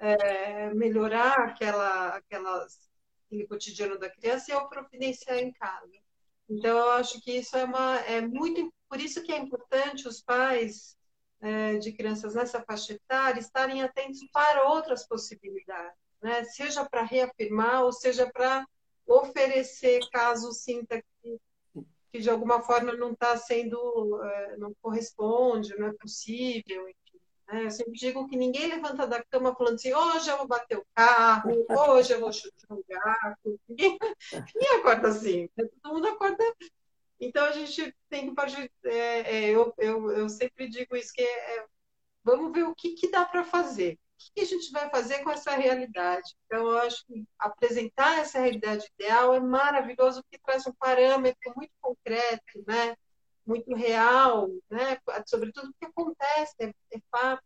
é, melhorar aquela, aquelas, aquele cotidiano da criança e eu providenciar em casa. Então, eu acho que isso é, uma, é muito... Por isso que é importante os pais é, de crianças nessa faixa etária estarem atentos para outras possibilidades, né? Seja para reafirmar ou seja para oferecer caso sinta que que de alguma forma não está sendo, não corresponde, não é possível, enfim, né? Eu sempre digo que ninguém levanta da cama falando assim, hoje eu vou bater o carro, hoje eu vou chutar um gato, ninguém, ninguém acorda assim, né? Todo mundo acorda. Então a gente tem que partir, é, é, eu, eu, eu sempre digo isso, que é, é, vamos ver o que, que dá para fazer. O que a gente vai fazer com essa realidade? Então, eu acho que apresentar essa realidade ideal é maravilhoso, porque traz um parâmetro muito concreto, né? Muito real, né? Sobretudo o que acontece, é, é fato.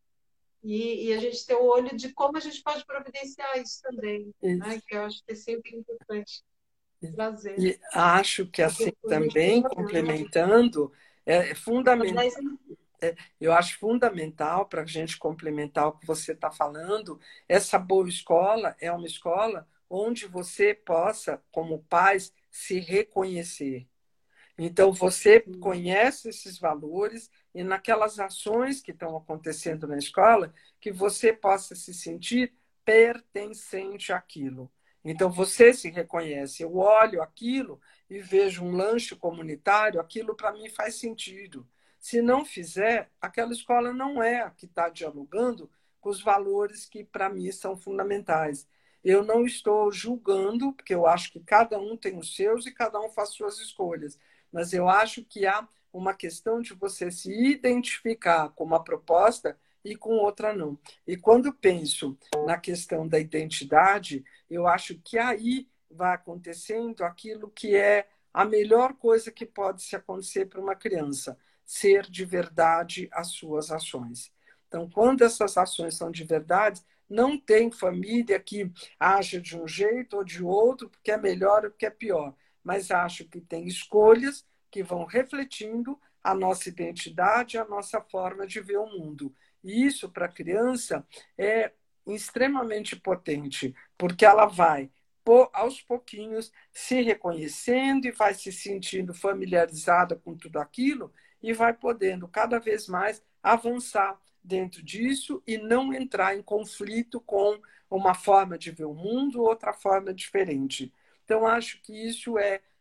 E, e a gente ter o olho de como a gente pode providenciar isso também, né? Que eu acho que é sempre importante trazer. E acho que assim também, complementando, é fundamental. É, eu acho fundamental para a gente complementar o que você está falando, essa boa escola é uma escola onde você possa, como pais, se reconhecer. Então, você conhece esses valores e naquelas ações que estão acontecendo na escola, que você possa se sentir pertencente àquilo. Então, você se reconhece. Eu olho aquilo e vejo um lanche comunitário, aquilo para mim faz sentido. Se não fizer, aquela escola não é a que está dialogando com os valores que, para mim, são fundamentais. Eu não estou julgando, porque eu acho que cada um tem os seus e cada um faz suas escolhas. Mas eu acho que há uma questão de você se identificar com uma proposta e com outra não. E quando penso na questão da identidade, eu acho que aí vai acontecendo aquilo que é a melhor coisa que pode se acontecer para uma criança, ser de verdade as suas ações. Então, quando essas ações são de verdade, não tem família que age de um jeito ou de outro, porque é melhor ou porque é pior. Mas acho que tem escolhas que vão refletindo a nossa identidade, a nossa forma de ver o mundo. E isso, para a criança, é extremamente potente, porque ela vai, aos pouquinhos, se reconhecendo e vai se sentindo familiarizada com tudo aquilo e vai podendo cada vez mais avançar dentro disso e não entrar em conflito com uma forma de ver o mundo, outra forma diferente. Então, acho que isso é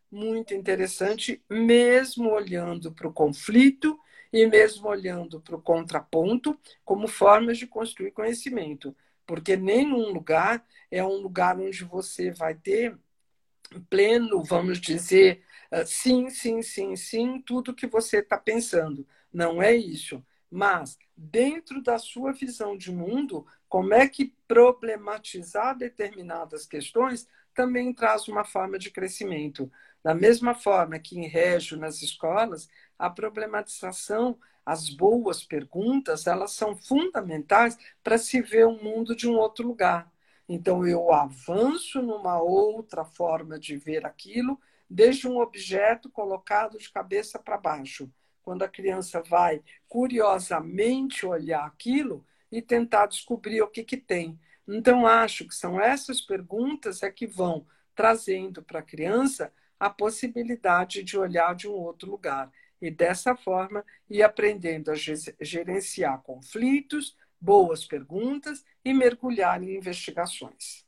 muito interessante, mesmo olhando para o conflito e mesmo olhando para o contraponto, como formas de construir conhecimento. Porque nenhum lugar é um lugar onde você vai ter pleno, vamos dizer, sim, sim, sim, sim, tudo que você está pensando. Não é isso. Mas, dentro da sua visão de mundo, como é que problematizar determinadas questões também traz uma forma de crescimento. Da mesma forma que em Régio, nas escolas, a problematização, as boas perguntas, elas são fundamentais para se ver o mundo de um outro lugar. Então, eu avanço numa outra forma de ver aquilo, desde um objeto colocado de cabeça para baixo. Quando a criança vai curiosamente olhar aquilo e tentar descobrir o que, que tem. Então, acho que são essas perguntas é que vão trazendo para a criança a possibilidade de olhar de um outro lugar. E dessa forma, ir aprendendo a gerenciar conflitos, boas perguntas e mergulhar em investigações.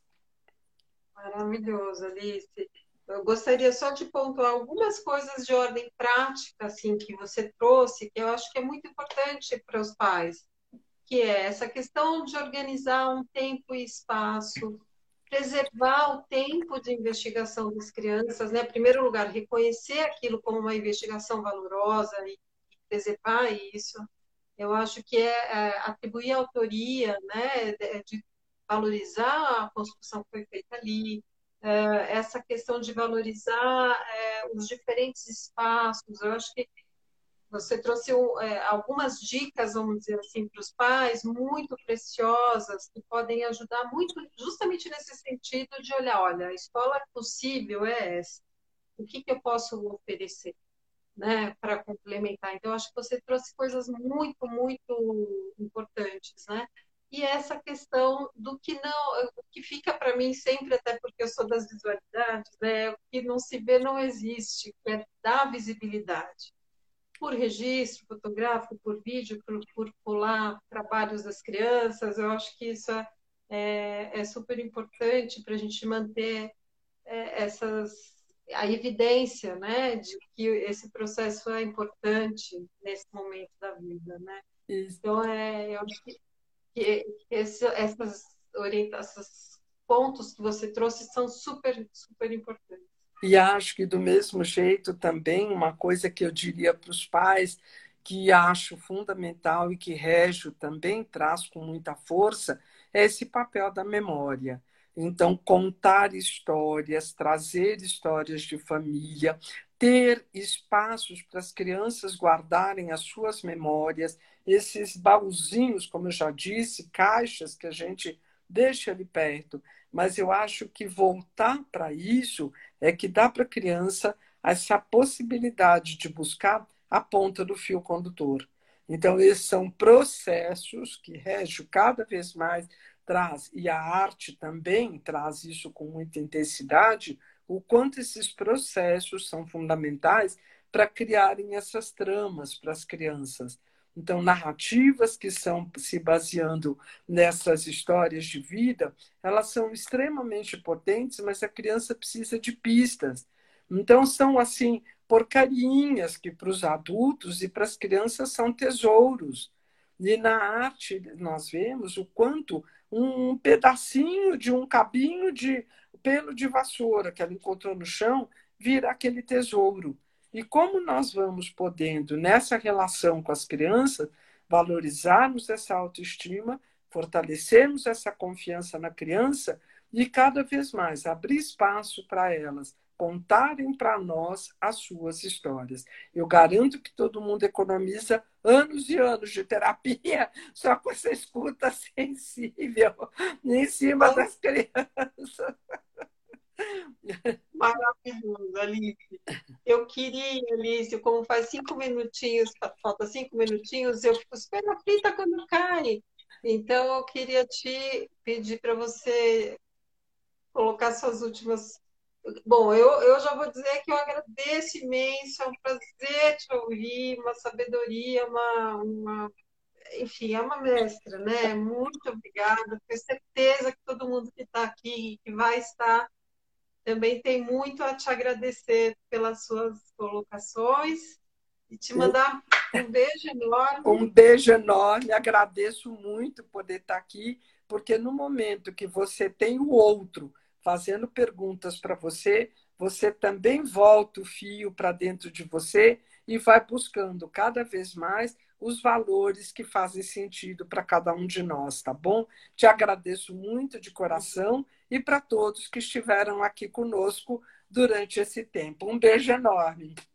Maravilhoso, Alice. Eu gostaria só de pontuar algumas coisas de ordem prática assim que você trouxe, que eu acho que é muito importante para os pais, que é essa questão de organizar um tempo e espaço, preservar o tempo de investigação das crianças, né? Em primeiro lugar, reconhecer aquilo como uma investigação valorosa e preservar isso. Eu acho que é, é atribuir autoria, né, de, de valorizar a construção que foi feita ali, é, essa questão de valorizar é, os diferentes espaços. Eu acho que você trouxe é, algumas dicas, vamos dizer assim, para os pais, muito preciosas, que podem ajudar muito justamente nesse sentido de olhar, olha, a escola possível é essa. O que, que eu posso oferecer? Né, para complementar. Então, acho que você trouxe coisas muito, muito importantes, né? E essa questão do que não, o que fica para mim sempre, até porque eu sou das visualidades, né? O que não se vê não existe, que é dar visibilidade. Por registro fotográfico, por vídeo, por, por pular trabalhos das crianças, eu acho que isso é, é, é super importante para a gente manter é, essas a evidência, né, de que esse processo é importante nesse momento da vida, né? Isso. Então, é, eu acho que, que esse, essas orientações, pontos que você trouxe são super, super importantes. E acho que, do mesmo jeito, também uma coisa que eu diria para os pais, que acho fundamental e que Régio também traz com muita força, é esse papel da memória. Então, contar histórias, trazer histórias de família, ter espaços para as crianças guardarem as suas memórias, esses baúzinhos, como eu já disse, caixas que a gente deixa ali perto. Mas eu acho que voltar para isso é que dá para a criança essa possibilidade de buscar a ponta do fio condutor. Então, esses são processos que Régio cada vez mais traz, e a arte também traz isso com muita intensidade, o quanto esses processos são fundamentais para criarem essas tramas para as crianças. Então, narrativas que são se baseando nessas histórias de vida, elas são extremamente potentes, mas a criança precisa de pistas. Então, são assim, porcariinhas que para os adultos e para as crianças são tesouros. E na arte nós vemos o quanto um pedacinho de um cabinho de pelo de vassoura que ela encontrou no chão vira aquele tesouro. E como nós vamos podendo, nessa relação com as crianças, valorizarmos essa autoestima, fortalecermos essa confiança na criança e cada vez mais abrir espaço para elas contarem para nós as suas histórias. Eu garanto que todo mundo economiza anos e anos de terapia só com essa escuta sensível em cima das crianças. Maravilhoso, Alice. Eu queria, Alice, como faz cinco minutinhos, falta cinco minutinhos, eu fico super aflita quando cai. Então, eu queria te pedir para você colocar suas últimas. Bom, eu, eu já vou dizer que eu agradeço imenso, é um prazer te ouvir, uma sabedoria, uma, uma... enfim, é uma mestra, né? Muito obrigada. Tenho certeza que todo mundo que está aqui, que vai estar, também tem muito a te agradecer pelas suas colocações e te mandar um beijo enorme. Um beijo enorme, agradeço muito poder estar aqui, porque no momento que você tem o outro fazendo perguntas para você, você também volta o fio para dentro de você e vai buscando cada vez mais os valores que fazem sentido para cada um de nós, tá bom? Te agradeço muito de coração e para todos que estiveram aqui conosco durante esse tempo. Um beijo enorme.